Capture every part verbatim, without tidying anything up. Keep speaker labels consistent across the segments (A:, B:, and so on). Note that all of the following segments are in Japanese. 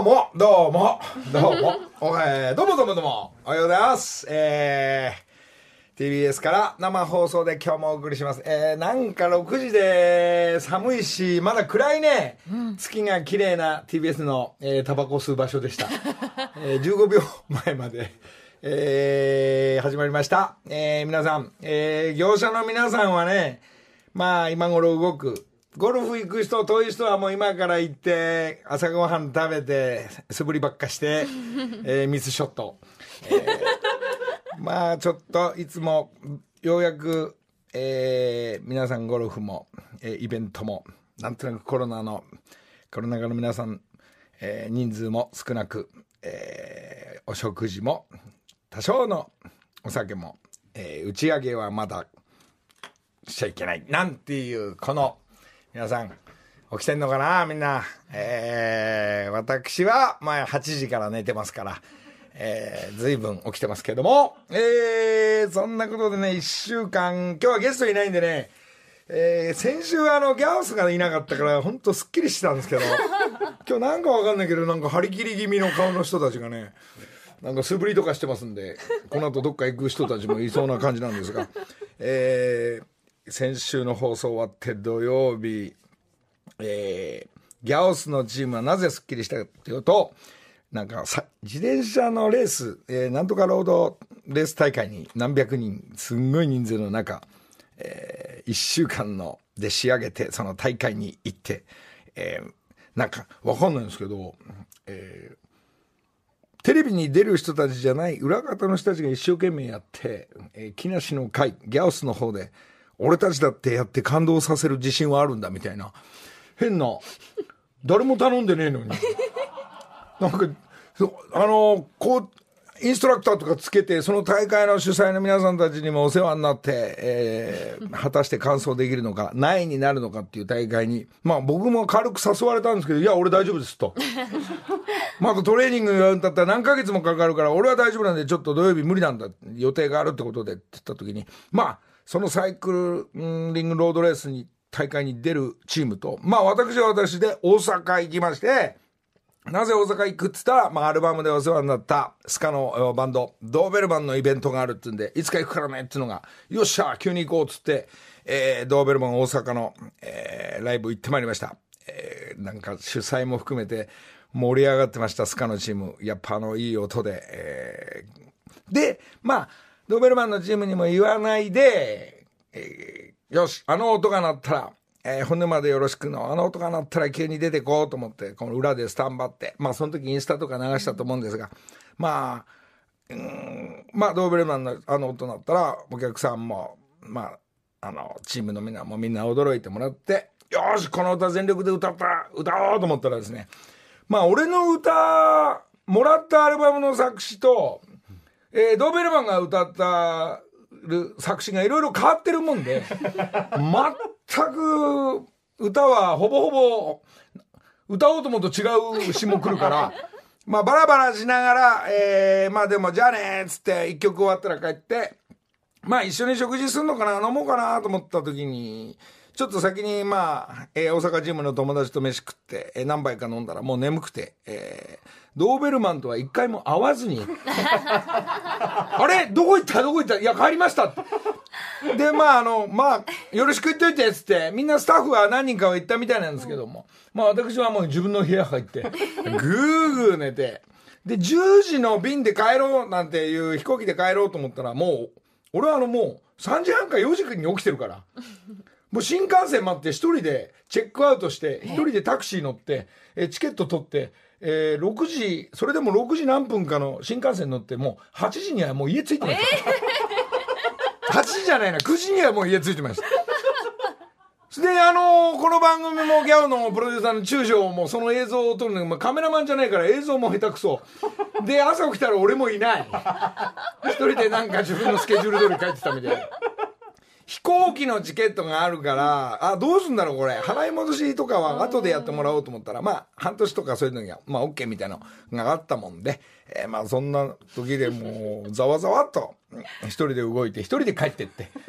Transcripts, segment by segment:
A: もどうもどうもおえー、どうもどうもどうもおはようございます。えー、ティービーエス から生放送で今日もお送りします。えー、なんかろくじで寒いしまだ暗いね、うん、月が綺麗な ティービーエス の、えー、タバコ吸う場所でした、えー、じゅうごびょうまえまで、えー、始まりました。えー、皆さん、えー、業者の皆さんはね、まあ今頃動くゴルフ行く人遠い人はもう今から行って朝ごはん食べて素振りばっかして、えー、ミスショット、えー、まあちょっといつもようやく、えー、皆さんゴルフも、えー、イベントもなんとなくコロナのコロナ禍の皆さん、えー、人数も少なく、えー、お食事も多少のお酒も、えー、打ち上げはまだしちゃいけないなんていうこの皆さん起きてんのかなみんな、えー、私はまあはちじから寝てますから、えー、随分起きてますけども、えー、そんなことでねいっしゅうかん今日はゲストいないんでね、えー、先週あのギャオスがいなかったから本当すっきりしてたんですけど今日なんかわかんないけどなんか張り切り気味の顔の人たちがねなんか素振りとかしてますんでこの後どっか行く人たちもいそうな感じなんですが、えー先週の放送終わって土曜日、えー、ギャオスのチームはなぜスッキリしたかというとなんかさ自転車のレース、えー、なんとかロードレース大会に何百人すんごい人数の中、えー、いっしゅうかんので仕上げてその大会に行って、えー、なんかわかんないんですけど、えー、テレビに出る人たちじゃない裏方の人たちが一生懸命やって、えー、木梨の会ギャオスの方で俺たちだってやって感動させる自信はあるんだみたいな変な誰も頼んでねえのになんかあのこうインストラクターとかつけてその大会の主催の皆さんたちにもお世話になって、えー、果たして完走できるのか何位になるのかっていう大会にまあ僕も軽く誘われたんですけどいや俺大丈夫ですとまだトレーニングやるんだったら何ヶ月もかかるから俺は大丈夫なんでちょっと土曜日無理なんだ予定があるってことでって言った時にまあそのサイクルリングロードレースに大会に出るチームとまあ私は私で大阪行きましてなぜ大阪行くっつったら、まあ、アルバムでお世話になったスカのバンドドーベルマンのイベントがあるってんでいつか行くからねっていうのがよっしゃ急に行こうっつって、えー、ドーベルマン大阪の、えー、ライブ行ってまいりました、えー、なんか主催も含めて盛り上がってましたスカのチームやっぱあのいい音で、えー、でまあドーベルマンのチームにも言わないで、えー、よしあの音が鳴ったら、えー、骨までよろしくのあの音が鳴ったら急に出てこうと思ってこの裏でスタンバってまあその時インスタとか流したと思うんですがまあうーんまあドーベルマンのあの音鳴ったらお客さんもまああのチームのみんなもみんな驚いてもらってよしこの歌全力で歌った歌おうと思ったらですねまあ俺の歌もらったアルバムの作詞とえー、ドーベルマンが歌ったる作詞がいろいろ変わってるもんで全く歌はほぼほぼ歌おうと思うと違う詞も来るからまあバラバラしながら、えー、まあでもじゃあねっつって一曲終わったら帰ってまあ一緒に食事すんのかな飲もうかなと思った時にちょっと先にまあ、えー、大阪チームの友達と飯食って、えー、何杯か飲んだらもう眠くて、えー、ドーベルマンとは一回も会わずにあれどこ行ったどこ行ったいや帰りましたってでまああのまあよろしく言っといてっつってみんなスタッフは何人かは言ったみたいなんですけどもまあ私はもう自分の部屋入ってぐーぐー寝てでじゅうじの便で帰ろうなんていう飛行機で帰ろうと思ったらもう俺はあのもうさんじはんかよじに起きてるからもう新幹線待って一人でチェックアウトして一人でタクシー乗ってえチケット取って、えー、ろくじそれでもろくじ何分かの新幹線乗ってもうはちじにはもう家着いてました、えー、はちじじゃないなくじにはもう家着いてましたであのー、この番組もギャオのプロデューサーの中将もその映像を撮るのに、まあ、カメラマンじゃないから映像も下手くそで朝起きたら俺もいない一人でなんか自分のスケジュール通り帰ってたみたいな飛行機のチケットがあるからあどうすんだろうこれ払い戻しとかは後でやってもらおうと思ったらまあ半年とかそういうのにはまあ OK みたいなのがあったもんで、えー、まあそんな時でもうざわざわっと一人で動いて一人で帰ってって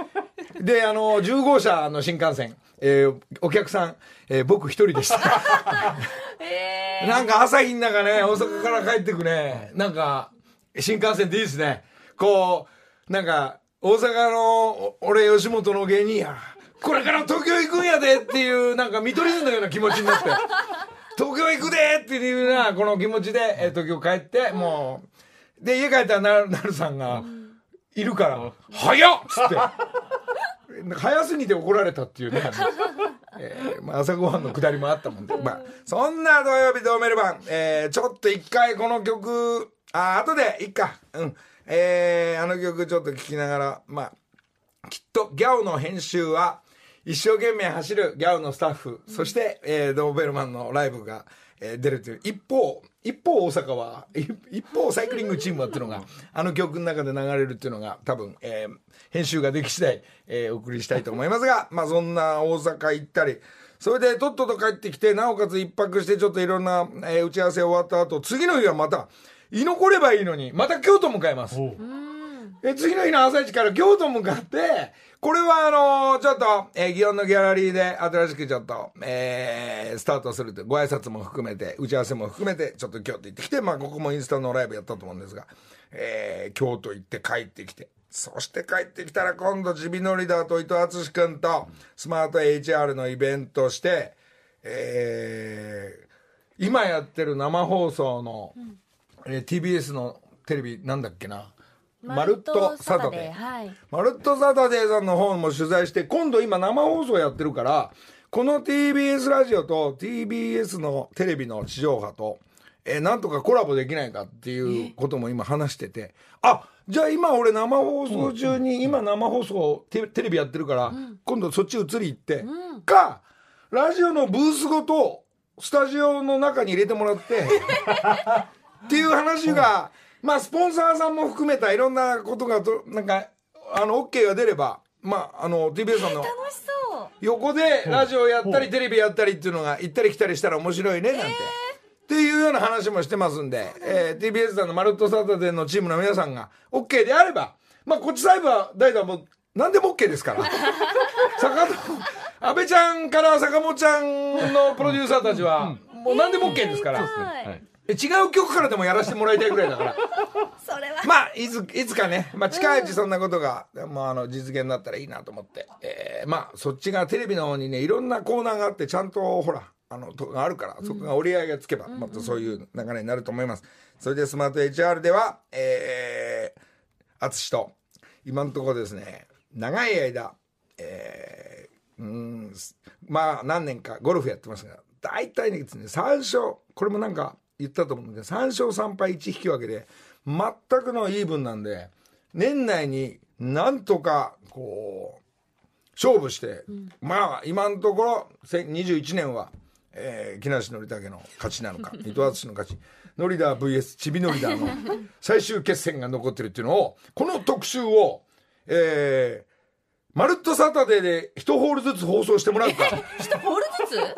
A: であのじゅう号車の新幹線、えー、お客さん、えー、僕一人でしたえー、なんか朝日の中ね、大阪から帰ってくね、なんか新幹線っていいですね。こうなんか大阪の俺吉本の芸人や、これから東京行くんやでっていうなんか見取り図のような気持ちになって東京行くでっていうなこの気持ちで、えー、東京帰ってもうで家帰ったらなる、なるさんがいるから、うん、早っつって早すぎて怒られたっていうねえーまあ、朝ごはんのくだりもあったもんで、まあ、そんな土曜日ドーメルマン、えー、ちょっと一回この曲あ後でいっか、うんえー、あの曲ちょっと聴きながら、まあ、きっとギャオの編集は一生懸命走るギャオのスタッフ、うん、そして、えー、ドーベルマンのライブが、えー、出るという一方一方大阪は一方サイクリングチームはっていうのがあの曲の中で流れるっていうのが多分、えー、編集ができ次第、えー、お送りしたいと思いますがまあそんな大阪行ったりそれでとっとと帰ってきてなおかつ一泊してちょっといろんな、えー、打ち合わせ終わった後次の日はまた居残ればいいのにまた京都向かいます。え次の日の朝一から京都向かってこれはあのー、ちょっと、えー、祇園のギャラリーで新しくちょっと、えー、スタートするというご挨拶も含めて打ち合わせも含めてちょっと京都行ってきてまあここもインスタのライブやったと思うんですが、えー、京都行って帰ってきてそして帰ってきたら今度ジビノリダーと伊藤敦君とスマート エイチアール のイベントして、えー、今やってる生放送の、うんえー、ティービーエス のテレビなんだっけなまるっとサタデー、はい、まるっとサタデーさんの方も取材して今度今生放送やってるからこの ティービーエス ラジオと ティービーエス のテレビの地上波と、えー、なんとかコラボできないかっていうことも今話しててあじゃあ今俺生放送中に今生放送テレビやってるから、うん、今度そっち移り行って、うん、かラジオのブースごとスタジオの中に入れてもらってっていう話がまあスポンサーさんも含めたいろんなことがとなんかあの OK が出ればまああの ティービーエス さんの横でラジオやったりテレビやったりっていうのが行ったり来たりしたら面白いねなんて、えー、っていうような話もしてますんで、えー、ティービーエス さんのまるっとサタデーのチームの皆さんが OK であればまあこっちサイドは代打も何でも OK ですから坂戸安倍ちゃんから坂本ちゃんのプロデューサーたちはもう何でも OK ですから、えーはい違う曲からでもやらせてもらいたいぐらいだから
B: それは
A: まあいついつかね、まあ、近いうちそんなことが、うんまあ、あの実現になったらいいなと思って、えー、まあそっちがテレビの方にねいろんなコーナーがあってちゃんとほらあのとがあるからそこが折り合いがつけばまたそういう流れになると思います、うんうん、それでスマート エイチアール ではえー、淳と今のところですね長い間えー、うんまあ何年かゴルフやってますが大体ねさん勝これもなんか言ったと思うんだけどさん勝さん敗いち引き分けで全くのイーブンなんで年内になんとかこう勝負して、うん、まあ今のところにじゅういちねんは、えー、木梨憲武の勝ちなのか伊藤敦の勝ちノリダー ブイエス ちびノリダーの最終決戦が残ってるっていうのをこの特集を、えー、まるっとサタデーでいちホールずつ放送してもらうか
B: いちホールずつ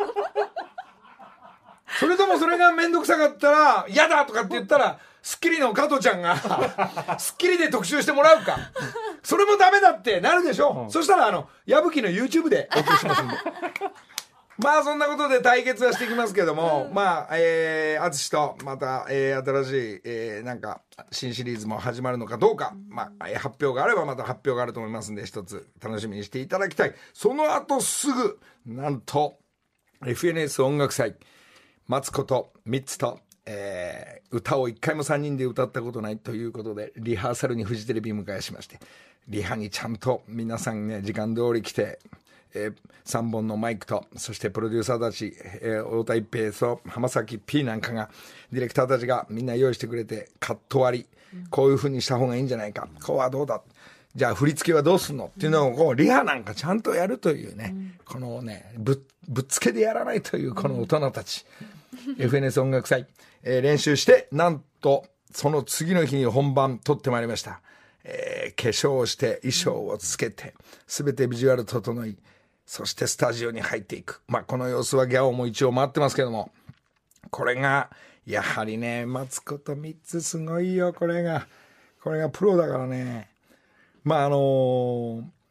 A: それともそれが面倒くさかったら嫌だとかって言ったらスッキリの加藤ちゃんがスッキリで特集してもらうかそれもダメだってなるでしょ、うん、そしたらあの矢吹の YouTube でお送りしますんでまあそんなことで対決はしていきますけども、うん、まあえー、淳とまた、えー、新しい、えー、なんか新シリーズも始まるのかどうか、うん、まあ、えー、発表があればまた発表があると思いますんで一つ楽しみにしていただきたい。その後すぐなんと エフエヌエス 音楽祭マツコとミッツと、えー、歌を一回もさんにんで歌ったことないということでリハーサルにフジテレビ迎えしましてリハにちゃんと皆さんね時間通り来て、えー、さんぼんのマイクとそしてプロデューサーたち、えー、太田一平と浜崎 P なんかがディレクターたちがみんな用意してくれてカット割り、うん、こういう風にした方がいいんじゃないかこうはどうだじゃあ振り付けはどうすんのっていうのをこうリハなんかちゃんとやるというね、うん、このね ぶ, ぶっつけでやらないというこの大人たち、うん、エフエヌエス 音楽祭、えー、練習してなんとその次の日に本番撮ってまいりました、えー、化粧をして衣装をつけて全てビジュアル整いそしてスタジオに入っていく、まあ、この様子はギャオも一応回ってますけどもこれがやはりねマツコとミッツすごいよこれがこれがプロだからねまああのー、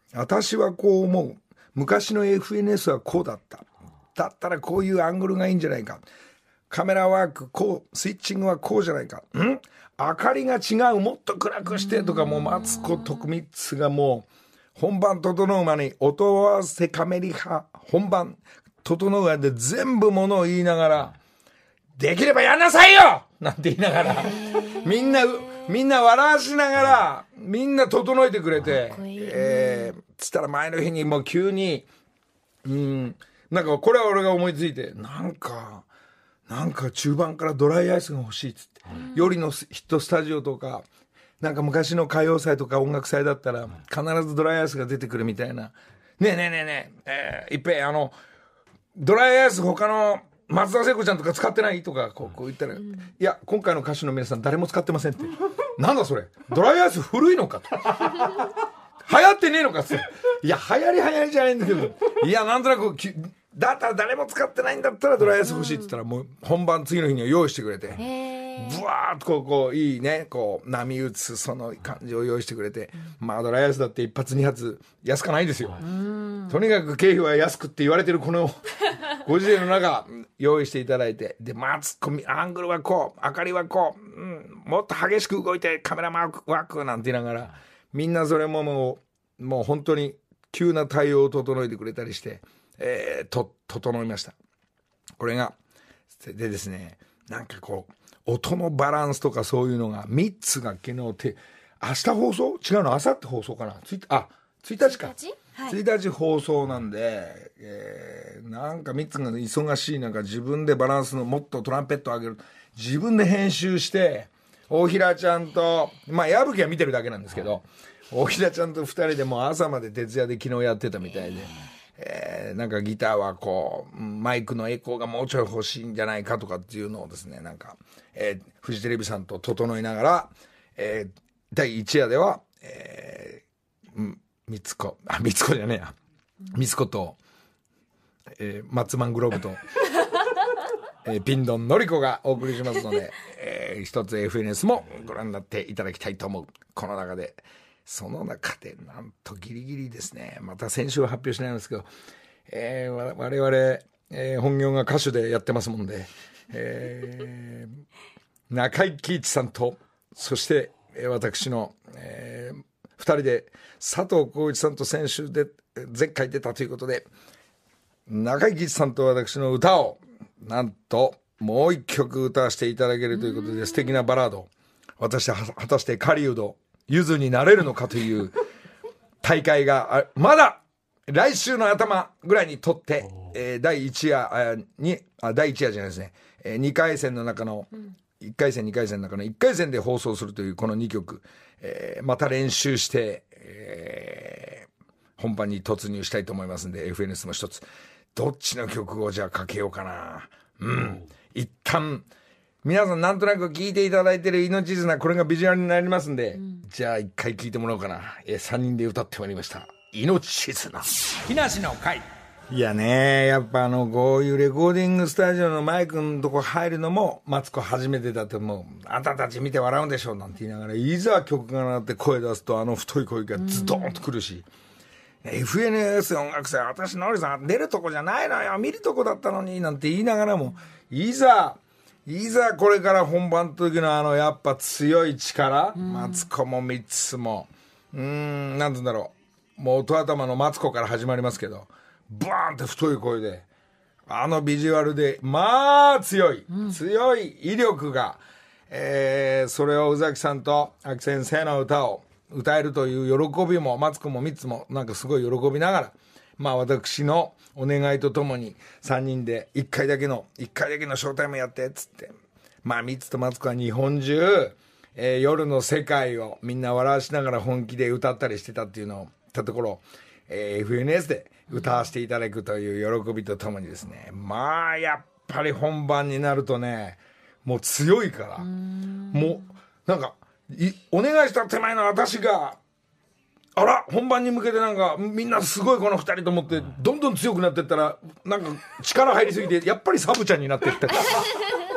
A: 私はこう思う。昔の エフエヌエス はこうだった。だったらこういうアングルがいいんじゃないか。カメラワークこう、スイッチングはこうじゃないか。ん明かりが違う、もっと暗くしてとか、もうマツコ徳光がもう本番整う前に音合わせカメリ派本番整うまで全部ものを言いながら、できればやんなさいよなんて言いながら、みんなみんな笑わしながらみんな整えてくれて、えー、つったら前の日にもう急に、うん、なんかこれは俺が思いついて、なんかなんか中盤からドライアイスが欲しいっつって、よりのヒットスタジオとかなんか昔の歌謡祭とか音楽祭だったら必ずドライアイスが出てくるみたいな。ねえねえねえねえ、えー、いっぺんあのドライアイス他の松田聖子ちゃんとか使ってないとかこう、こう言ったら、うん、いや今回の歌手の皆さん誰も使ってませんってなんだそれドライアイス古いのかと流行ってねえのかって、いや流行り流行りじゃないんだけど、いやなんとなくだったら誰も使ってないんだったらドライアイス欲しいって言ったら、もう本番次の日には用意してくれて、ブワーッとこう、こういいねこう波打つその感じを用意してくれて、まあドライアイスだって一発二発安かないですよ。とにかく経費は安くって言われてるこのご時世の中用意していただいて、でマツコミアングルはこう明かりはこう、うん、もっと激しく動いてカメラマークワークなんて言いながら、みんなそれももうもう本当に急な対応を整えてくれたりして、えー、と整いました。これがでですね、なんかこう音のバランスとかそういうのがみっつが昨日て明日放送違うの明後日放送かなつあついたちかついたち、はい、ついたち放送なんで、えー、なんかみっつが忙しい中自分でバランスのもっとトランペット上げる自分で編集して大平ちゃんとまあ矢吹は見てるだけなんですけど、大平ちゃんとふたりでもう朝まで徹夜で昨日やってたみたいで、えー、なんかギターはこうマイクのエコーがもうちょい欲しいんじゃないかとかっていうのをですね、なんか、えー、フジテレビさんと整いながら、えー、だいいち夜では、えー、みつこあみつこじゃねえやみつこと、えー、マッツマングローブと、えー、ピンドンのりこがお送りしますので、えー、一つ エフエヌエス もご覧になっていただきたいと思う。この中でその中でなんとギリギリですね、また先週は発表しないんですけど、えー、我々、えー、本業が歌手でやってますもんで、えー、中井貴一さんとそして、えー、私の、えー、ふたりで佐藤浩市さんと先週で前回出たということで、中井貴一さんと私の歌をなんともう一曲歌わせていただけるということで、素敵なバラード、私は果たして狩人ゆずになれるのかという大会がまだ来週の頭ぐらいにとって、えー、だいいち夜にあだいいち夜じゃないですね、えー、にかい戦の中のいっかい戦にかい戦の中のいっかい戦で放送するというこのにきょく、えー、また練習して、えー、本番に突入したいと思いますんで、 エフエヌエス も一つどっちの曲をじゃあかけようかな。うん一旦皆さんなんとなく聞いていただいている命綱、これがビジュアルになりますんで、うん、じゃあ一回聞いてもらおうかな。えー、さんにんで歌ってまいりました命綱木梨の会。いやね、やっぱあのこういうレコーディングスタジオのマイクのとこ入るのもマツコ初めてだと、もうあんたたち見て笑うんでしょなんて言いながら、いざ曲が鳴って声出すとあの太い声がズドンとくるし、うん、エフエヌエス 音楽祭私のりさん出るとこじゃないのよ見るとこだったのになんて言いながらも、いざいざこれから本番の時のあのやっぱ強い力、うん、マツコもみっつもうーんなんて言うんだろう、もう音頭のマツコから始まりますけど、バーンって太い声であのビジュアルでまあ強い、うん、強い威力が、えー、それを宇崎さんと秋先生の歌を歌えるという喜びもマツコもみっつもなんかすごい喜びながら、まあ私のお願いとともにさんにんでいっかいだけのいっかいだけのショータイムやってっつって、まあみっつとマツコは日本中、えー、夜の世界をみんな笑わしながら本気で歌ったりしてたっていうのを言ったところ、えー、エフエヌエス で歌わせていただくという喜びとともにですね、まあやっぱり本番になるとねもう強いから、もうなんかいお願いした手前の私があら本番に向けてなんかみんなすごいこのふたりと思ってどんどん強くなってったらなんか力入りすぎてやっぱりサブちゃんになっていった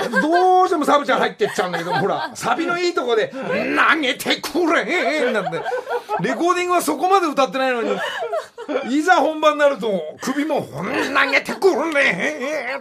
A: どうしてもサブちゃん入ってっちゃうんだけど、ほらサビのいいとこで投げてくれなんて、レコーディングはそこまで歌ってないのに、いざ本番になると首も投げてくれ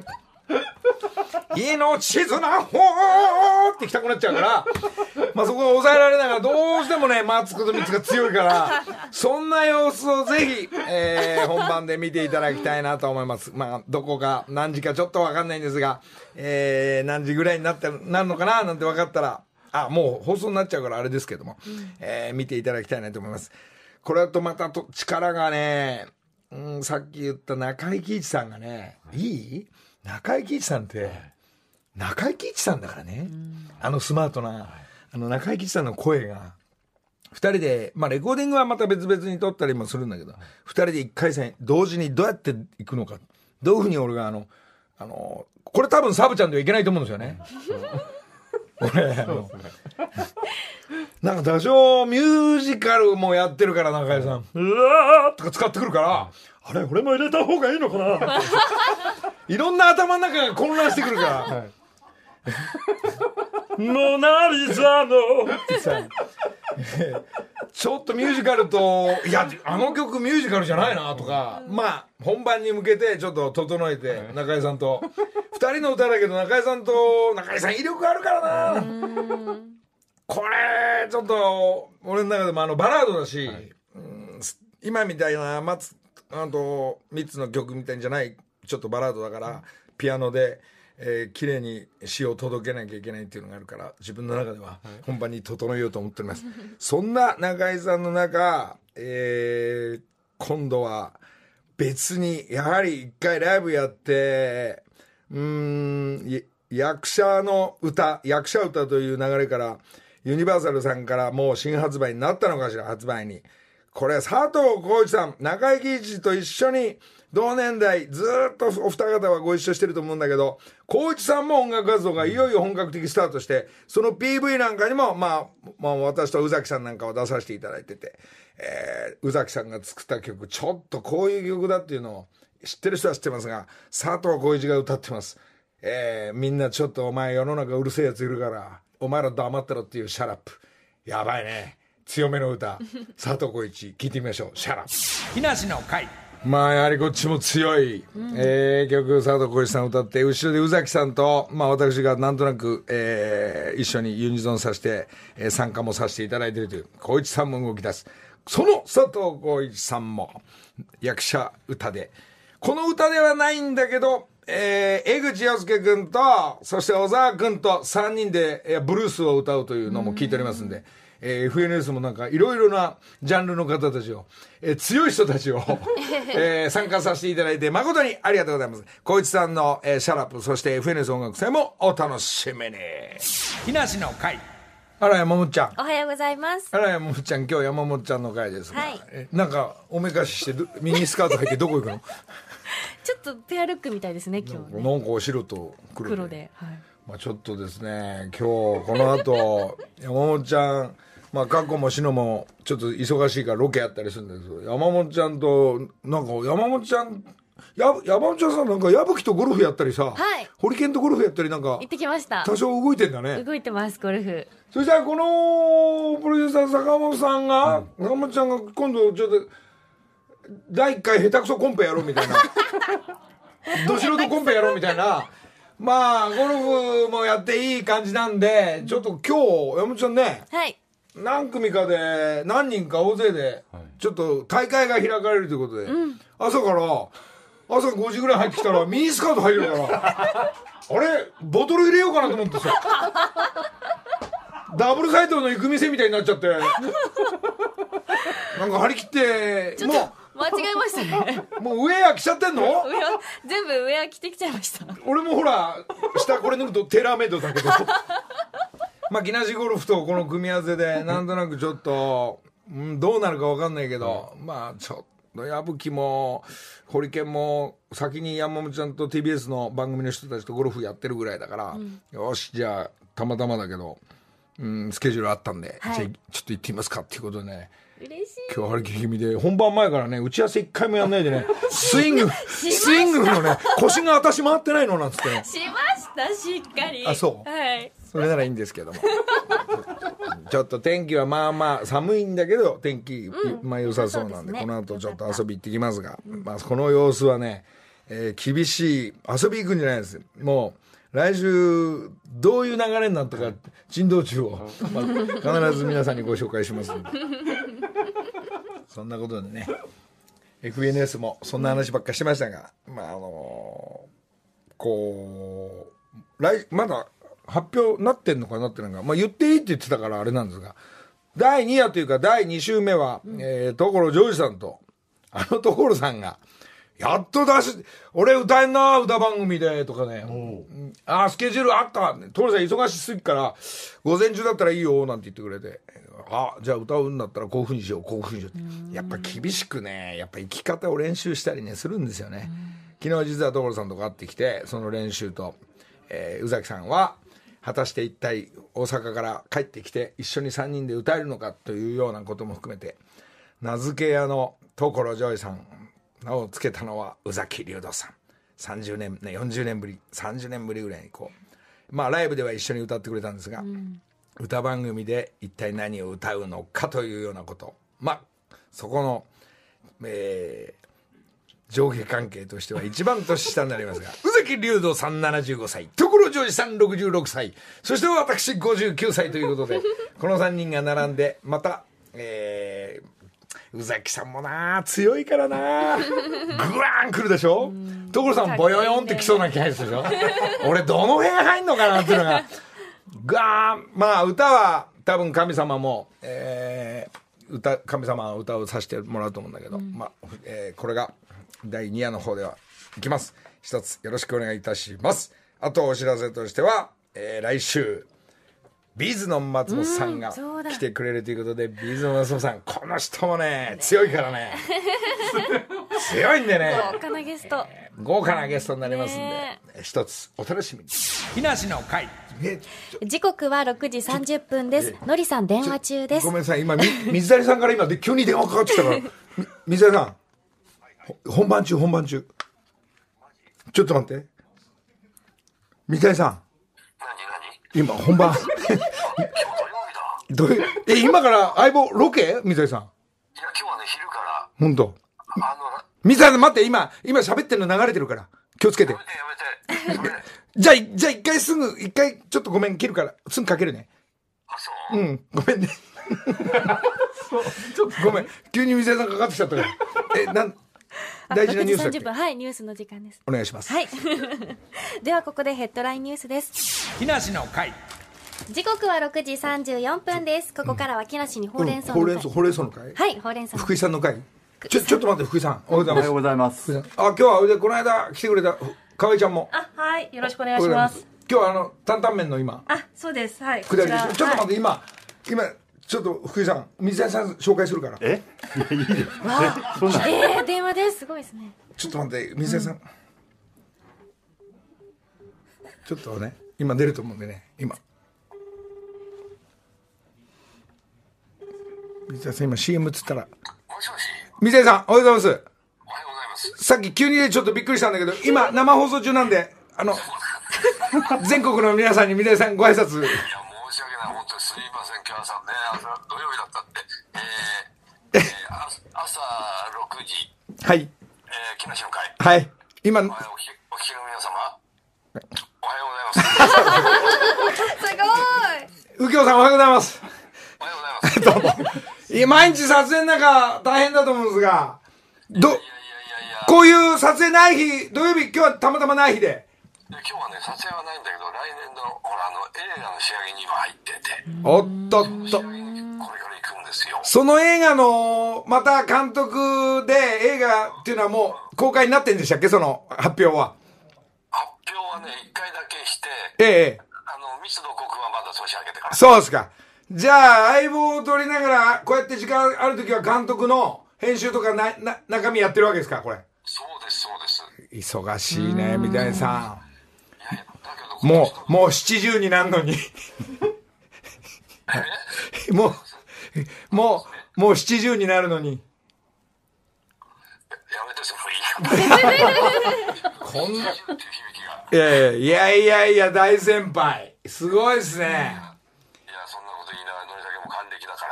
A: 命綱ほーってきたくなっちゃうから、まあそこは抑えられながら、どうしてもね松久とミツが強いから、そんな様子をぜひ、えー、本番で見ていただきたいなと思います。まあどこか何時かちょっと分かんないんですが、えー、何時ぐらいになってなるのかななんて分かったら、あもう放送になっちゃうからあれですけども、うん、えー、見ていただきたいなと思います。これだとまたと力がね、うん、さっき言った中井貴一さんがね、いい中井貴一さんって中井貴一さんだからね、うん、あのスマートなあの中井貴一さんの声がふたりで、まあレコーディングはまた別々に撮ったりもするんだけど、ふたりでいっかい戦同時にどうやっていくのか、どういうふうに俺があのあのこれ多分サブちゃんではいけないと思うんですよね。俺あのなんか多少ミュージカルもやってるから中井さん、うわーとか使ってくるから、あれ俺も入れた方がいいのかな。いろんな頭の中が混乱してくるから、はい、モナリザのってさちょっとミュージカルと、いやあの曲ミュージカルじゃないなとか、まあ本番に向けてちょっと整えて、中井さんとふたりの歌だけど中井さんと中井さん威力あるからな。これちょっと俺の中でもあのバラードだし、はい、うん、今みたいな松あとみっつの曲みたいんじゃないちょっとバラードだから、うん、ピアノで、えー、綺麗に詩を届けなきゃいけないっていうのがあるから、自分の中では本番に整えようと思っております、はい、そんな中井さんの中、えー、今度は別にやはり一回ライブやって、うーん役者の歌役者歌という流れからユニバーサルさんからもう新発売になったのかしら。発売にこれ佐藤浩市さん中井貴一と一緒に同年代ずっとお二方はご一緒してると思うんだけど、浩一さんも音楽活動がいよいよ本格的スタートして、その ピーブイ なんかにも、まあ、まあ私と宇崎さんなんかを出させていただいてて、えー、宇崎さんが作った曲ちょっとこういう曲だっていうのを知ってる人は知ってますが、佐藤浩市が歌ってます。えー、みんなちょっとお前世の中うるせえやついるからお前ら黙ってろっていうシャラップ、やばいね、強めの歌佐藤浩市聴いてみましょう。シャラップ木梨の会。まあやはりこっちも強い、うん、えー、曲佐藤浩市さん歌って、後ろで宇崎さんと、まあ、私がなんとなく、えー、一緒にユニゾンさせて、えー、参加もさせていただいているという浩市さんも動き出す。その佐藤浩市さんも役者歌で、この歌ではないんだけど、えー、江口洋介君とそして小沢君とさんにんで、えー、ブルースを歌うというのも聞いておりますんで、えー、エフエヌエス もなんかいろいろなジャンルの方たちを、えー、強い人たちを、えー、参加させていただいて誠にありがとうございます。浩市さんの、えー、シャラップ、そして エフエヌエス 音楽祭もお楽しみに。木梨の会。あら山本ちゃん、
B: おはようございます。
A: あら山本ちゃん、今日山本ちゃんの会ですが、
B: はい、
A: えなんかおめかししてミニスカート履いてどこ行くの？
B: ちょっとペアルックみたいですね今日ね。
A: なんかお白と黒で、
B: 黒で、はい、
A: まあ、ちょっとですね今日この後山本ちゃん、まあ過去もしのもちょっと忙しいからロケやったりするんですけど、山本ちゃんとなんか山本ちゃんや山本ちゃんさ、なんか矢吹とゴルフやったりさ、はい、ホリケンとゴルフやったりなんか
B: 行ってきました。多
A: 少動いてんだね。
B: 動いてますゴルフ。
A: そしたらこのプロデューサー坂本さんが、うん、坂本ちゃんが今度ちょっとだいいっかい下手くそコンペやろうみたいなど素人コンペやろうみたいなまあゴルフもやっていい感じなんで、ちょっと今日山本ちゃんね、
B: はい、
A: 何組かで何人か大勢でちょっと大会が開かれるということで、うん、朝から朝ごじぐらい入ってきたらミニスカート入るからあれボトル入れようかなと思ってさダブルサイトの行く店みたいになっちゃってなんか張り切って
B: ちょっともう間違えましたね
A: もうウェア着ちゃってんの？
B: ウェア全部ウェア着てきちゃいました。
A: 俺もほら下これ脱ぐとテーラーメイドだけどまあ木梨ゴルフとこの組み合わせでなんとなくちょっと、うん、どうなるか分かんないけど、うん、まあちょっと矢吹もホリケンも先に山本ちゃんと ティービーエス の番組の人たちとゴルフやってるぐらいだから、うん、よしじゃあたまたまだけど、うん、スケジュールあったんで、はい、じゃあちょっと行ってみますかっていうことでね、
B: 嬉しい。
A: 今日張り切り気味で本番前からね打ち合わせ一回もやんないでねスイングスイングのね腰が私回ってないのなんつって、ね、
B: しまししたしっかり。
A: あ、そう
B: はい。
A: それならいいんですけどもちょっと天気はまあまあ寒いんだけど天気、うん、まあ良さそうなんで、ね、この後ちょっと遊び行ってきますが、まあ、この様子はね、えー、厳しい遊び行くんじゃないです。もう来週どういう流れになったか珍道中を、まあ、必ず皆さんにご紹介しますのでそんなことでね エフエヌエス もそんな話ばっかしてましたが、まああのー、こう来まだ発表なってんのかなってのが、まあ、言っていいって言ってたからあれなんですが、だいに夜というかだいに週目は、うん、えー、所ジョージさんとあの所さんがやっと出し俺歌えんな歌番組でとかね、ああスケジュールあった、所さん忙しすぎから午前中だったらいいよなんて言ってくれて、あじゃあ歌うんだったらこういうふうにしようこういうふうにしよう、やっぱ厳しくねやっぱ生き方を練習したりねするんですよね。昨日実は所さんとか会ってきてその練習と、えー、宇崎さんは果たして一体大阪から帰ってきて一緒にさんにんで歌えるのかというようなことも含めて、名付け屋の所ジョイさん名を付けたのは宇崎竜童さん、さんじゅうねん、ね、よんじゅうねんぶりさんじゅうねんぶりぐらいにこうまあライブでは一緒に歌ってくれたんですが、うん、歌番組で一体何を歌うのかというようなこと、まあそこの、えー上下関係としては一番年下になりますが宇崎竜童さんななじゅうごさい、所ジョージさんろくじゅうろくさい、そして私ごじゅうきゅうさいということでこのさんにんが並んでまた、えー、宇崎さんもな強いからなグワーン来るでしょ、所さんボヨヨンって来そうな気配するでしょ俺どの辺入んのかなっていうのがガーン、まあ歌は多分神様も、えー、歌神様は歌をさせてもらうと思うんだけど、うん、まあ、えー、これがだいに夜の方ではいきます。一つよろしくお願いいたします。あとお知らせとしては、えー、来週ビーズの松本さんが来てくれるということで、ビーズの松本さんこの人もね強いからね強いんでね
B: 豪華なゲスト、
A: えー、豪華なゲストになりますんで、ね、一つお楽しみに。木梨の会、
C: 時刻はろくじさんじゅっぷんです。のりさん電話中です。
A: ごめんなさい、今水谷さんから今で急に電話かかってきたから水谷さん本番中本番中ちょっと待って水谷さん何何今本番どういうえ今から相棒ロケ水谷さん。い
D: や今日はね昼から
A: 本当あの水谷さん待って今今喋ってるの流れてるから気をつけて。やめてやめてじゃあじゃあ一回すぐ一回ちょっとごめん切るからすぐかけるね。
D: あそう
A: うんごめんねちょっとごめん急に水谷さんかかってきちゃったからえなん大事なニュースだっけ。
C: はい、ニュースの時間です。
A: お願いします。
C: はいではここでヘッドラインニュースです。
A: 木梨の会、
C: 時刻はろくじさんじゅうよんぷんです。ここからは木梨にほうれん草の会、
A: うん、ほうれん草ほうれん草の会、
C: はいほうれん草の会、
A: 福井さんの会、ちょちょっと待って福井さんおは
E: ようございます。
A: あ今日はこの間来てくれた河合ちゃんも
F: あはいよろしくお願いします。
A: 今日はあの担々麺の今
F: あそうですはい
A: 下りでしょ。ちょっと待って、はい、今今ちょっと福井さん水谷さん紹介するから。
E: えいいです
C: わそんなえー、電話ですすごいですね。
A: ちょっと待って水谷さん、うん、ちょっとね今出ると思うんでね今水谷さん今 シーエム っつったら
D: もしもし
A: 水谷さんおはようございます。
D: おはようございます。
A: さっき急にちょっとびっくりしたんだけど今生放送中なんであの全国の皆さんに水谷さんご挨拶。いや申し訳ない
D: 本当にすみません今日朝ね朝土曜日だったってえー、えー、朝ろくじ
A: はい、
D: えー、木梨の会
A: はい今お聞き
D: の皆様おはようございます
C: すごい
A: 右京さんおはようございます。
D: おはようございます
A: どうもいや毎日撮影の中大変だと思うんですがど
D: いやいやいやいや
A: こういう撮影ない日土曜日今日はたまたまない日で
D: 今日はね撮影はないんだけど来年のほらあの映画の仕上げに今入ってて
A: おっとっと
D: これから行くんですよ。
A: その映画のまた監督で映画っていうのはもう公開になってんでしたっけその発表は。
D: 発表はねいっかいだけして
A: ええ
D: あの密度国はまだ年明けてから。
A: そうですか。じゃあ相棒を取りながらこうやって時間ある時は監督の編集とかなな中身やってるわけですかこれ。そうですそうです。忙しいね三谷さん。もうもう七十になるのにもうもうもう七十になるのに
D: やめてそのいいこんな
A: いやいやいやいや、大先輩。すごいですね。
D: いや、そんなこと言いながら、のりたけも還暦だから。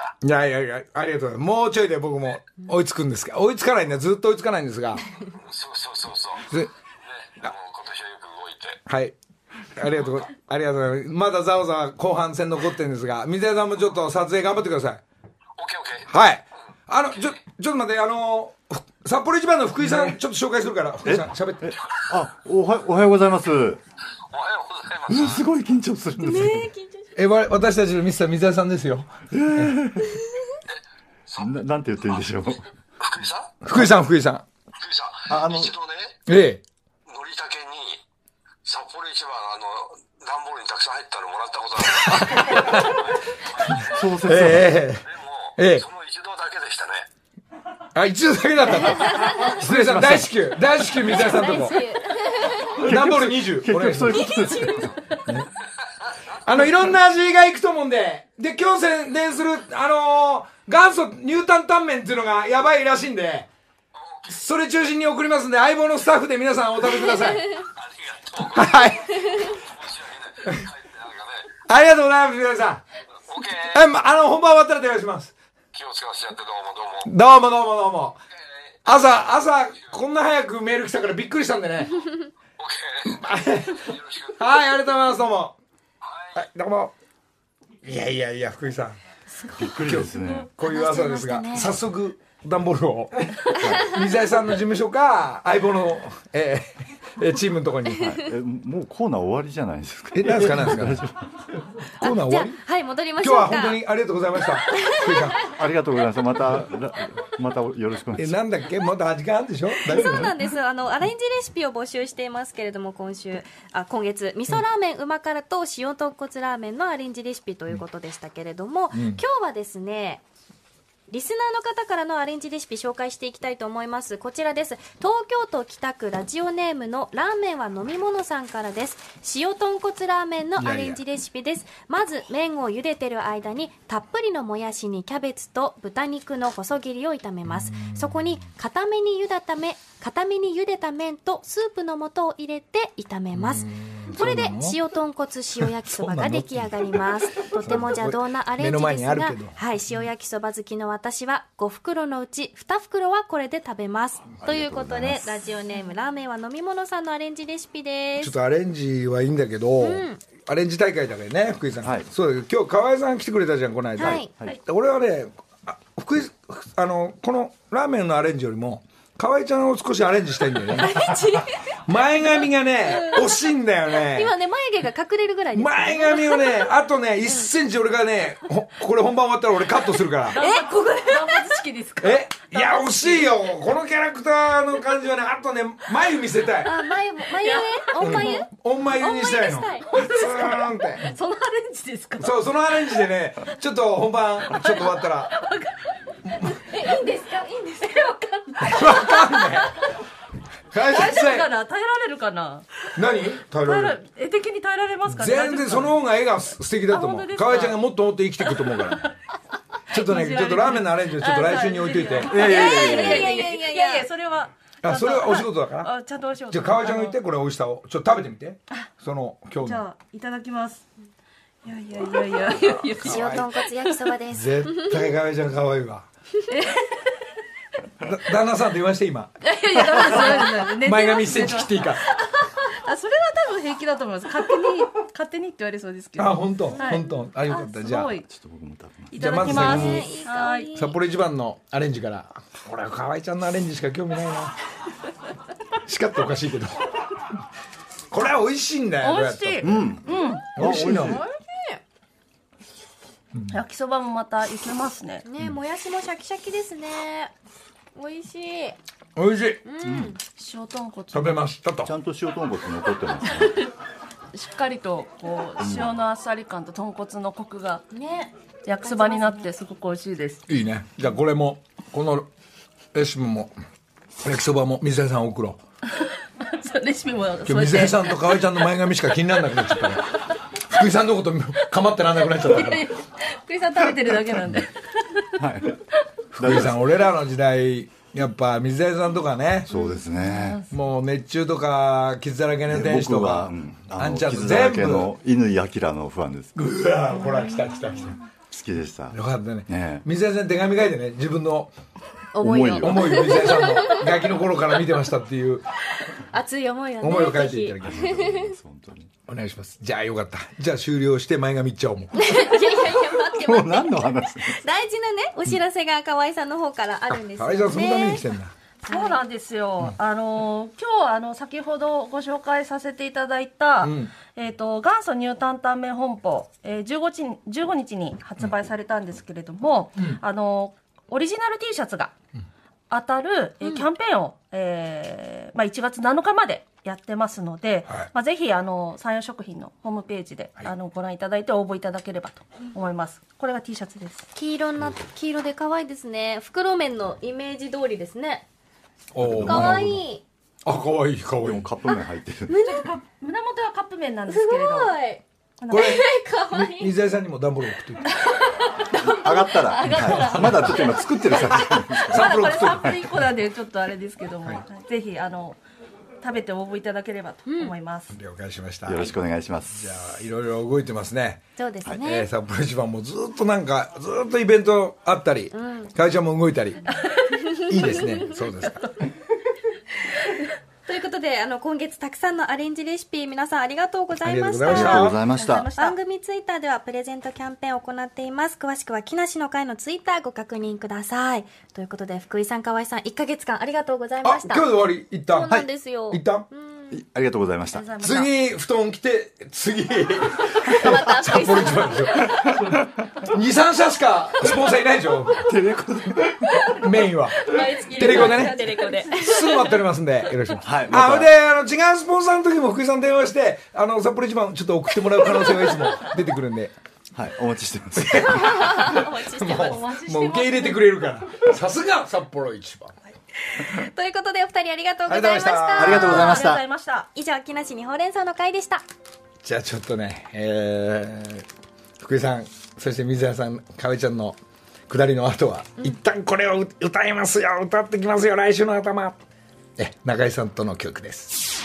A: いやいやいや、ありがとうございます。もうちょいで僕も追いつくんですが、追いつかないんだ。ずっと追いつかないんですが。
D: そうそうそうそう。
A: ぜ
D: ね、もう今年はよく動いて。
A: はい。ありがとう、ありがとうございます。まだざわざわ後半戦残ってるんですが、水谷さんもちょっと撮影頑張ってください。
D: オッケーオッケー。
A: はい。あの、ちょ、ちょっと待って、あの、札幌一番の福井さん、ちょっと紹介するから、福井さん、喋って。
E: あ、おは、おはようございます。
D: おはようございます。
E: すごい緊張するんです
B: ね緊張し
A: え、わ私たちのミスター水谷さんですよ。
E: ななんて言っていいんでしょう。
D: 福井さん
A: 福井さん、福井さん。
D: 福井さん、
E: ああの
D: 一度ね、
A: ええ。
D: のりたけに、札幌一番、あの、段ボールにたくさん入ったのもらったことある。
E: そう説
A: ええ、え
D: でも、
A: ええ
D: その一度だけでしたね。
A: え。あ、一度だけだったんだ。失礼さん、大至急、大至急水谷さんとこ。段ボールにじゅう。
E: 結局そういう
A: こ
E: ことです。
A: あの、いろんな味がいくと思うんで、で、今日宣伝する、あのー、元祖ニュータンタンメンっていうのがやばいらしいんで、それ中心に送りますんで、相棒のスタッフで皆さんお食べください。
D: ありがとう。
A: はい。
D: 申し訳ない。帰ってなんかね。
A: ありがとうございます、皆さん。
D: オッケー。
A: え、ま、あの、本番終わったら電話します。
D: 気を使わせてやってどうもどうも。
A: どうもどうもどうも。朝、朝、こんな早くメール来たからびっくりしたんでね。
D: オッケー。よろしく。
A: はい、ありがとうございます、どうも。はい、どうも。いやいやいや、福井さん。
E: びっくりですね。
A: こういう朝ですが、
C: 話してましたね
A: 早速、段ボールを、水谷さんの事務所か、相棒の、えーえーチームのところに。
E: え、もうコーナー終わりじゃないですか。
A: え、なんですか、なんですか。コーナー終
C: じゃあ
A: わり
C: はい戻りまし
A: 今日
C: ょうか
A: は本当にありがとうございました。福井さん。
E: ありがとうございます。また、らまたよろしくお願い
A: え、
E: しま
A: なんだっけまだ時間あるでしょ大丈夫
C: そうなんですあのアレンジレシピを募集していますけれども今週あ今月味噌ラーメンうま辛と塩豚骨ラーメンのアレンジレシピということでしたけれども、今日はですねリスナーの方からのアレンジレシピ紹介していきたいと思います。こちらです。東京都北区ラジオネームのラーメンは飲み物さんからです。塩豚骨ラーメンのアレンジレシピです。まず麺を茹でてる間にたっぷりのもやしにキャベツと豚肉の細切りを炒めます。そこに固めに茹でた麺固めに茹でた麺とスープの素を入れて炒めます。これで塩豚骨塩焼きそばが出来上がります。とても邪道なアレンジ
A: 目の前
C: ですが
A: にあるけど、
C: はい、塩焼きそば好きの私はご袋のうちに袋はこれで食べますということでラジオネームラーメンは飲み物さんのアレンジレシピです
A: ちょっとアレンジはいいんだけど、アレンジ大会だからね、福井さん。
E: はい
A: そうだけど、今日河合さん来てくれたじゃん、この間。
C: はい
E: はい
A: 俺はね、あ福井、あの、このラーメンのアレンジよりも、河合ちゃんを少しアレンジしたいんだよね。前髪がね、惜しいんだよね。
C: 今ね眉毛が隠れるぐらいです、
A: 前髪をね、あとね、いっセンチ俺がね、ほこれ本番終わったら俺カットするから。
F: え、ここで断髪式ですか？
A: えいや、惜しいよ。このキャラクターの感じはね、あとね、眉見せたい。
C: あ眉眉毛オン眉
A: オン眉にしたいの。
C: オン眉にしたい
A: ツーンって。
F: そのアレンジですか？
A: そう、そのアレンジでね、ちょっと本番、ちょっと終わったら。
C: えいいんですかいいんですか
A: わかんない。会社
F: 大丈夫か
A: さ
F: な？耐えられるかな？
A: 何耐え
F: 耐え
A: られる
F: られ絵的に耐えられますかね？
A: 全然その方が絵が素敵だと思う。
F: あ本当ですか
A: 河合ちゃんがもっともっと生きていくと思うから。ちょっとね、ちょっとラーメンのアレンジをちょっと来週に置いといて。
F: いやいやいやいやいやいやいやいやいやそれは
A: あ、それはお仕事だから。
F: あちゃんとお仕事。
A: じゃあ河合ちゃんが言ってこれ美味しさをちょっと食べてみて。その今日の。
F: じゃあいただきます。いやいやいやいやいやいや。
C: 塩豚骨焼きそばです
A: 絶対河合ちゃん可愛いわ。だ旦那さんと言わして今。
F: いやいやダメですダメです。
A: 前髪いっセンチ切っていいか。
F: あそれは多分平気だと思います。勝手に勝手にって言われそうですけど。
A: あ、本当
F: はい
A: 本当。あ、よかった。じゃあ
F: すごい
E: す。ちょっと僕も食べます。
F: いただきます。
A: じゃあまず
C: いい
F: はい。
C: 香り
A: 札幌一番のアレンジから。俺は河合ちゃんのアレンジしか興味ないな。しかっておかしいけど。これは美味しいんだよ。
F: 美味しい。
A: こうやって美味しいの。
F: 焼きそばもまたいけますね。
C: ねもやしもシャキシャキですね美味しい
A: 美味しい。
F: 塩豚骨
A: 食べましたと
E: ち。ゃんと塩豚骨残ってますね。
F: しっかりとこう塩のあっさり感と豚骨のコクが
C: ね
F: 焼きそばになってすごく美味しいです。
A: いいね。じゃあこれもこのレシピも焼きそばも水谷さん送ろう。
F: そうレシピも
A: 今日
F: 添えて
A: 水谷さんと河合ちゃんの前髪しか気にならなくなっちゃったから。福井さんのこと構ってらんなくなっちゃったから。
F: 福井さん食べてるだけなんで。
E: はい。
A: 福井さん、俺らの時代やっぱ水谷さんとかね、
E: そうですね。
A: もう熱中とか傷だらけの天使とか、
E: 僕は、うん、あの
A: あんちゃんと
E: 傷だら
A: 全部。
E: けの乾明のファンです。
A: うわほら来た来た来た。
E: 好きでした。
A: よかったね。
E: ね
A: 水谷さん手紙書いてね、自分の
C: 思いを
E: 思いを
A: 思いを水谷さんのガキの頃から見てましたっていう
C: 熱い思いをね
A: 思いを書いていただきます。
E: 本当に。
A: お願いします。じゃあよかった。じゃあ終了して前髪いっちゃおうもう。
C: いやいやいや待って
E: もう
C: 待って
E: 何の話？
C: 大事なねお知らせが河合さんの方からあるんですよ
A: 河合さんそのために
C: ね
A: 来てんだ。
F: そうなんですよ。あの今日あの先ほどご紹介させていただいた、
A: ん
F: えっ、と元祖ニュータンタンメン本舗、えー、じゅうごにちにじゅうごにちに発売されたんですけれども、あのオリジナル T シャツが当たる、えーキャンペーンを、えーまあ、いちがつなのかまでやってますので、
A: はい
F: まあ、ぜひあの三洋食品のホームページで、
A: はい
F: あのご覧いただいて応募いただければと思います。これが T シャツです。
C: 黄色な黄色で可愛いですね。袋麺のイメージ通りですね。
A: おー
C: 可愛い
A: あ可愛い可愛い
E: でもカップ麺入ってる。
F: 胸元はカップ麺なんです
C: すご
F: けれど、
C: い
A: これ
C: 可愛い。
A: 水谷さんにも段ボール送っといて。
E: 上がったら、はい、まだちょっと今作ってる最中。
F: まだこれサンプルいっこなんでちょっとあれですけども、はいぜひあの食べて応募いただければと思います。
A: 了解しました。
E: よろしくお願いします。
A: じゃあいろいろ動いてますね。
C: そうです
A: えー
C: ね。
A: 札幌一番もずっとなんかずっとイベントあったり、会社も動いたりいいですね。そうですか。
C: ということであの今月たくさんのアレンジレシピ皆さんありがとうございまし
A: ありがとうございました
C: た。
E: ありがとうございました。
C: 番組ツイッターではプレゼントキャンペーンを行っています。詳しくは木梨の会のツイッターご確認ください。ということで福井さん河合さんいっかげつかんありがとうござい
A: あ
C: ました。
A: 今日で終わり一旦。
C: そうなんですよ。
A: 一旦。
E: いありがとうございました。
A: 次布団着て次
C: また
A: 札幌一番でしょ。二三社しかスポンサーいないでしょ。
E: テレコで。
A: メインは。
C: 毎月
A: テレコでね
C: テレコで。
A: すぐ待っておりますんでよろしく。
E: はいまた
A: あであの違うスポンサーの時も福井さん電話してあの札幌一番ちょっと送ってもらう可能性がいつも出てくるんで。
E: はい、お待ちしてます。
C: お待ちしてます。
A: もう受け入れてくれるからさすが札幌一番。
C: ということでお二人ありがとうございました。
A: ありがとうございました
E: ありがとうございました。
F: ありがとうございました。
C: 以上木梨にほうれん草の会でした。
A: じゃあちょっとね、えー、福井さんそして水谷さんかおりちゃんの下りの後は、うん、一旦これを歌いますよ歌ってきますよ来週の頭え中井さんとの曲です。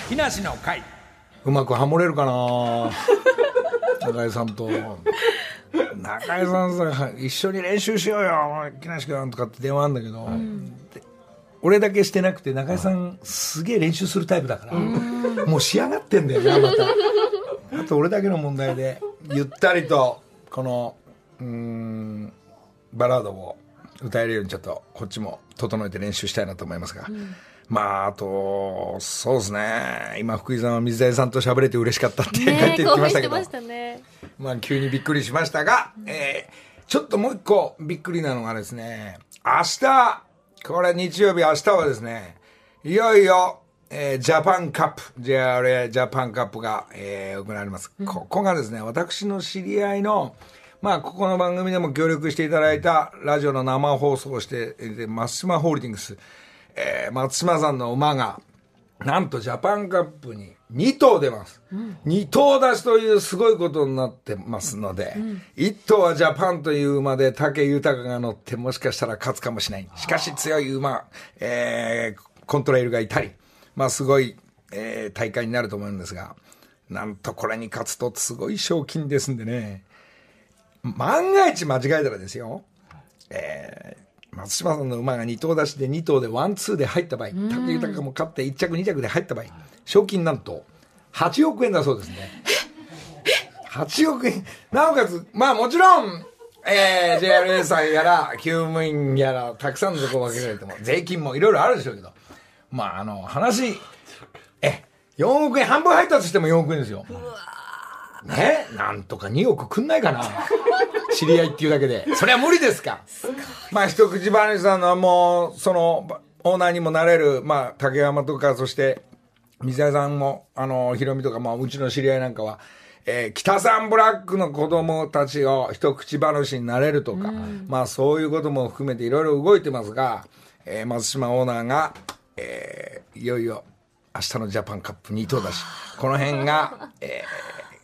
A: 木梨の会うまくハモれるかな中井さんと中井さんさ一緒に練習しようよ木梨君とかって電話あるんだけど、うん俺だけしてなくて中井さんすげえ練習するタイプだからもう仕上がってんだよなまたあと俺だけの問題でゆったりとこのうーんバラードを歌えるようにちょっとこっちも整えて練習したいなと思いますが、うん、まああとそうですね今福井さんは水谷さんと喋れて嬉しかったって帰ってきましたけど、
C: ね
A: まあ急にびっくりしましたが、うんえー、ちょっともう一個びっくりなのがですね明日これ日曜日明日はですねいよいよ、えー、ジャパンカップ ジェイアールエー ジャパンカップが、えー、行われます、うん、ここがですね私の知り合いのまあここの番組でも協力していただいたラジオの生放送をしてで松島ホールディングス、えー、松島さんの馬がなんとジャパンカップにに頭出ます、うん、に頭出しというすごいことになってますので、うん、いっ頭はジャパンという馬で武豊が乗ってもしかしたら勝つかもしれないしかし強い馬、えー、コントレイルがいたりまあすごい、えー、大会になると思うんですがなんとこれに勝つとすごい賞金ですんでね万が一間違えたらですよ、えー松島さんの馬がに頭出しでに頭でワンツーで入った場合武豊も勝っていっ着に着で入った場合賞金なんとはちおくえんだそうですねはちおくえんなおかつまあもちろん、えー、ジェイアールエー さんやら厩務員やらたくさんのところ分けられても税金もいろいろあるでしょうけどまああの話えよんおくえん半分入ったとしてもよんおくえんですよねなんとかにおくくんないかな知り合いっていうだけでそれは無理ですかまあ一口話さんのはもうそのオーナーにもなれるまあ竹山とかそして水谷さんもあのヒロミとかまあうちの知り合いなんかは、えー、北さんブラックの子供たちを一口話になれるとか、うん、まあそういうことも含めていろいろ動いてますが、えー、松島オーナーが、えー、いよいよ明日のジャパンカップに頭だしこの辺が、えー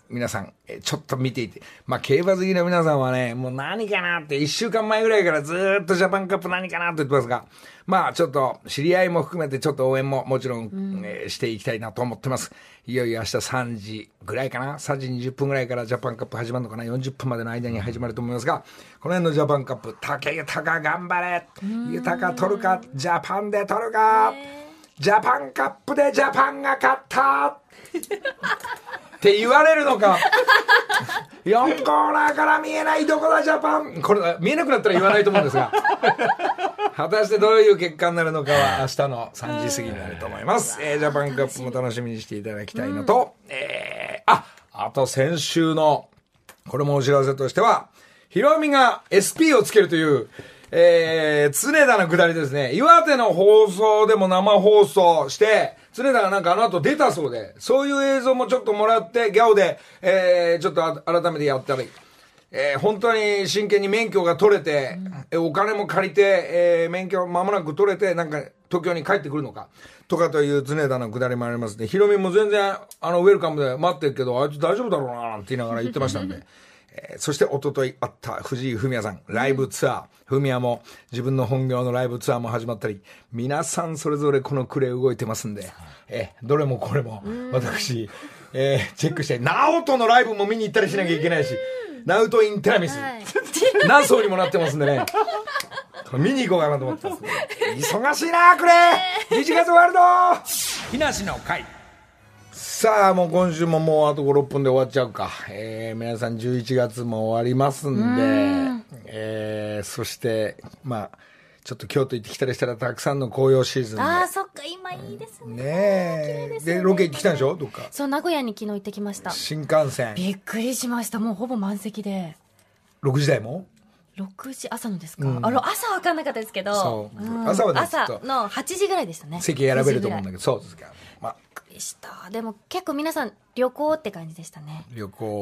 A: 皆さん、えちょっと見ていて、まあ、競馬好きな皆さんはね、もう何かなって、いっしゅうかんまえぐらいからずーっとジャパンカップ何かなと言ってますが、まあ、ちょっと、知り合いも含めて、ちょっと応援ももちろん、うんえー、していきたいなと思ってます。いよいよ明日さんじぐらいかな、さんじにじゅっぷんぐらいからジャパンカップ始まるのかな、よんじゅっぷんまでの間に始まると思いますが、この辺のジャパンカップ、武豊頑張れ、豊取るか、ジャパンで取るか、ジャパンカップでジャパンが勝ったって言われるのかよんコーナーから見えないどこだジャパン、これ見えなくなったら言わないと思うんですが果たしてどういう結果になるのかは明日のさんじ過ぎになると思います、えー、ジャパンカップも楽しみにしていただきたいのと、うんえー、ああと先週のこれもお知らせとしてはヒロミが エスピー をつけるというえー、常田の下りですね。岩手の放送でも生放送して、常田がなんかあの後出たそうで、そういう映像もちょっともらって、ギャオで、えー、ちょっと改めてやったり、えー、本当に真剣に免許が取れて、うん、お金も借りて、えー、免許間もなく取れて、なんか東京に帰ってくるのか、とかという常田の下りもありますね。ヒロミも全然、あの、ウェルカムで待ってるけど、あいつ大丈夫だろうな、なんて言いながら言ってましたんで。えー、そして一昨日あった藤井フミヤさんライブツアー、フミヤも自分の本業のライブツアーも始まったり、皆さんそれぞれこのクレ動いてますんで、えー、どれもこれも私、えー、チェックしてナオトのライブも見に行ったりしなきゃいけないし、ナウトインテラミス、はい、何層にもなってますんでね見に行こうかなと思ってますね忙しいなクレじゅういちがつワールド木梨の会。さあもう今週ももうあとご、ろっぷんで終わっちゃうか、えー、皆さんじゅういちがつも終わりますんで、んえー、そしてまあちょっと京都行ってきたりしたらたくさんの紅葉シーズンで、
C: ああそっか今いいですね、
A: ねえで、ね、でロケ行ってきたんでしょどっか。
C: そう名古屋に昨日行ってきました。
A: 新幹線
C: びっくりしました。もうほぼ満席で
A: ろくじ台も
C: ろくじ朝のですか、うん、あの朝は分かんなかったですけど
A: そう、
C: うん、
A: 朝はね
C: 朝のはちじぐらいでしたね。
A: 席選べると思うんだけどそうですか、まあ、
C: びっくりした。でも結構皆さん旅行って感じでしたね。
A: 旅行、
C: うん、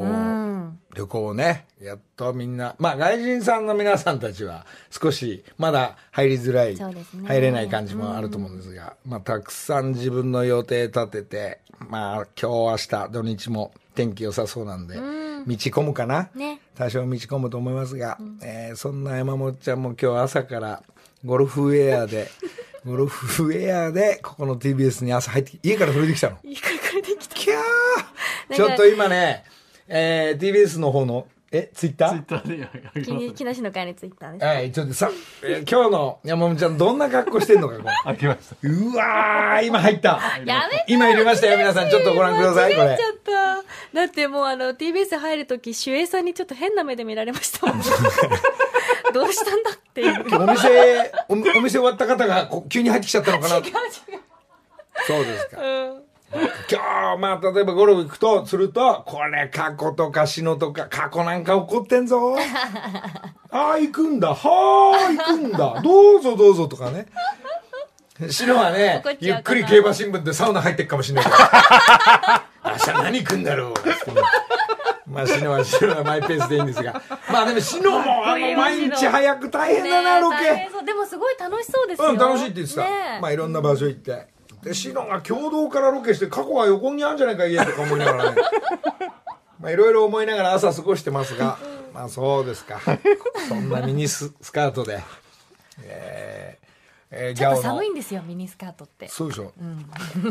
A: 旅行ねやっとみんなまあ外人さんの皆さんたちは少しまだ入りづらい、
C: そうですね、
A: 入れない感じもあると思うんですが、うんまあ、たくさん自分の予定立ててまあ今日明日土日も天気良さそうなんで、うん、道込むかな、ね、多少道込むと思いますが、うんえー、そんな山本ちゃんも今日朝からゴルフウェアでゴルフウェアでここの ティービーエス に朝入って家からそれできたの。
C: 家からそれできた。
A: キャーちょっと今ね、えー、ティービーエス の方のえツイッターツイッター
C: で木梨の会のツイッターです。
A: はいちょっとさ、えー、今日の山本ちゃんどんな格好してんのかこれ
E: 開きました。
A: うわー今入った
C: やめて
A: 今入れましたよ皆さんちょっとご覧くださいこれ。
C: 間違えちゃっただってもうあの ティービーエス 入るとき守衛さんにちょっと変な目で見られましたもんどうしたんだっていう
A: お店 お, お店終わった方がこ急に入ってきちゃったのかな。違う違うそうですか、うん今日まあ例えばゴルフ行くとするとこれ過去とか篠とか過去なんか起こってんぞああ行くんだはあ行くんだどうぞどうぞとかね篠はねゆっくり競馬新聞でサウナ入ってっかもしれないから明日何行くんだろうまあ篠は篠はマイペースでいいんですがまあでも篠もあの毎日早く大変だなロケ
C: そうでもすごい楽しそうですよ。
A: うん楽しいって言ってた、ね、まあいろんな場所行ってでシノが共同からロケして過去は横にあるんじゃないか家とか思いながらねまあいろいろ思いながら朝過ごしてますがまあそうですかそんなミニ ス, スカートで、え
C: ーえー、ちょっと寒いんですよミニスカートって。
A: そうでしょ、うん、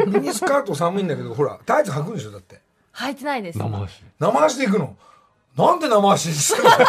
A: ミニスカート寒いんだけどほらタイツ履くんでしょだって
C: 履いてないです。
E: 生足
A: 生足で行くのなんで生足にするの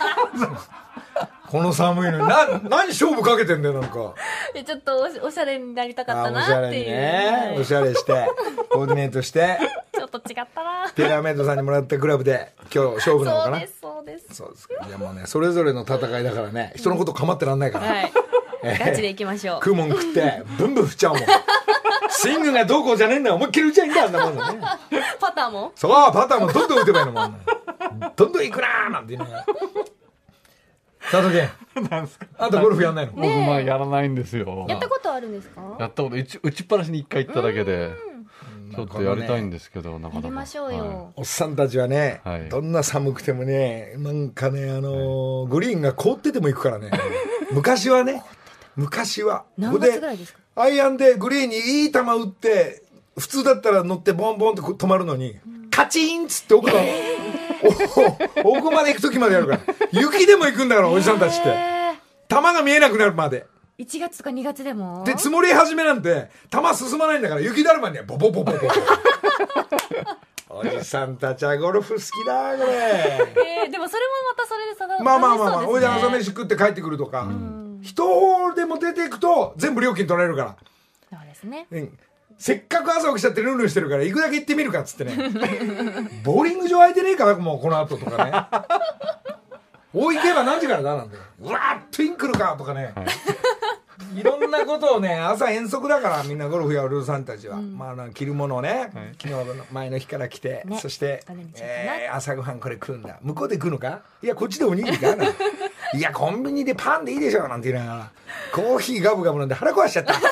A: この寒いのにな何勝負かけてんだよなんか
C: ちょっと お, おしゃれになりたかったなっていう。
A: ね、おしゃれしてコーディネートして
C: ちょっと違ったな
A: テラメイドさんにもらったクラブで今日勝負なのかな。
C: そうですそうです
A: そうですか。じゃあもうねそれぞれの戦いだからね人のこと構ってらんないから、
C: はいえー、ガチでいきましょう。
A: 食うもん食ってブンブン振っちゃうもんスイングがどうこうじゃねえんだよ思いっきり打ちゃいいんだよあんなもんだね
C: パターも
A: そうパターもどんどん打てばいいのもんどんどん行くなーなんて言いながら佐藤健なんすかあんたゴルフやんないの。
E: 僕まあやらないんですよ。
C: やったことあるんですか。
E: やったこと打ち打ちっぱなしに一回行っただけでちょっとやりたいんですけど、なかなか
C: やりましょうよ、はい、
A: おっさんたちはね、はい、どんな寒くてもねなんかねあのーはい、グリーンが凍ってても行くからね昔はね昔は
C: 何月ぐらいですか。
A: アイアンでグリーンにいい球打って普通だったら乗ってボンボンと止まるのに、うん、 カチンっつって奥の、お奥まで行く時までやるから雪でも行くんだからおじさんたちって玉が見えなくなるまで
C: いちがつとかにがつでも
A: で積もり始めなんて玉進まないんだから雪だるまにはボボボボボボおじさんたちはゴルフ好きだこれ、
C: えー、でもそれもまたそれでさ
A: まあまあまあまあおいで
C: 楽しそうですね
A: 朝飯食って帰ってくるとか、うん、一ホールでも出ていくと全部料金取られるから
C: そうですね、
A: うん、せっかく朝起きちゃってルンルンしてるから行くだけ行ってみるかっつってねボーリング場空いてねえからもうこの後とかねおい行けば何時からだなんてうわートゥインクルかとかね、はい、いろんなことをね朝遠足だからみんなゴルフやるさんたちは、うん、まあ着るものをね、はい、昨日の前の日から来て、ね、そして、えー、朝ごはんこれ食うんだ向こうで食うのかいやこっちでおにぎりかないやコンビニでパンでいいでしょなんて言いながらコーヒーガブガブ飲んで腹壊しちゃったは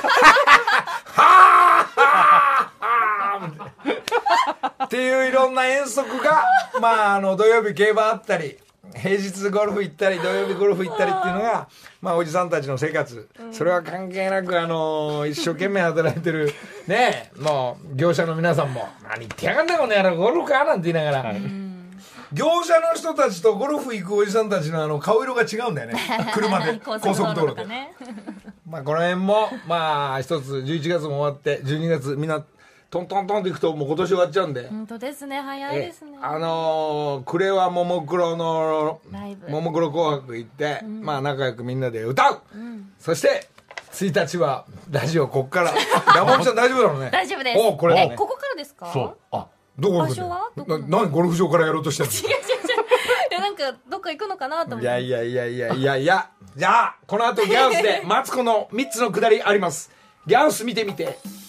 A: あっていういろんな遠足がまああの土曜日競馬あったり平日ゴルフ行ったり土曜日ゴルフ行ったりっていうのがまあおじさんたちの生活、それは関係なくあの一生懸命働いてるねもう業者の皆さんも何言ってやがんだこの野郎ゴルフかなんて言いながら、はい、業者の人たちとゴルフ行くおじさんたちのあの顔色が違うんだよね車で高速道路でまあこの辺もまあ一つじゅういちがつも終わってじゅうにがつみんなトントントンっていくともう今年終わっちゃうんで
C: 本当ですね早いですね
A: あのー、暮れはももクロのももクロ紅白行って、うん、まあ仲良くみんなで歌う、うん、そしてついたちはラジオこっから山本さん大丈夫だろうね
C: 大丈夫です
A: おこれ、ね、
C: えここからですか
E: そうあ
A: どこ
C: 場所はどこ
A: な何ゴルフ場からやろうとしてるの
C: 違う違う違ういやなんかどっか行くのかなと思って
A: いやいやいやいやいやいやじゃあこの後ギャウスでマツコのみっつのくだりありますギャウス見てみて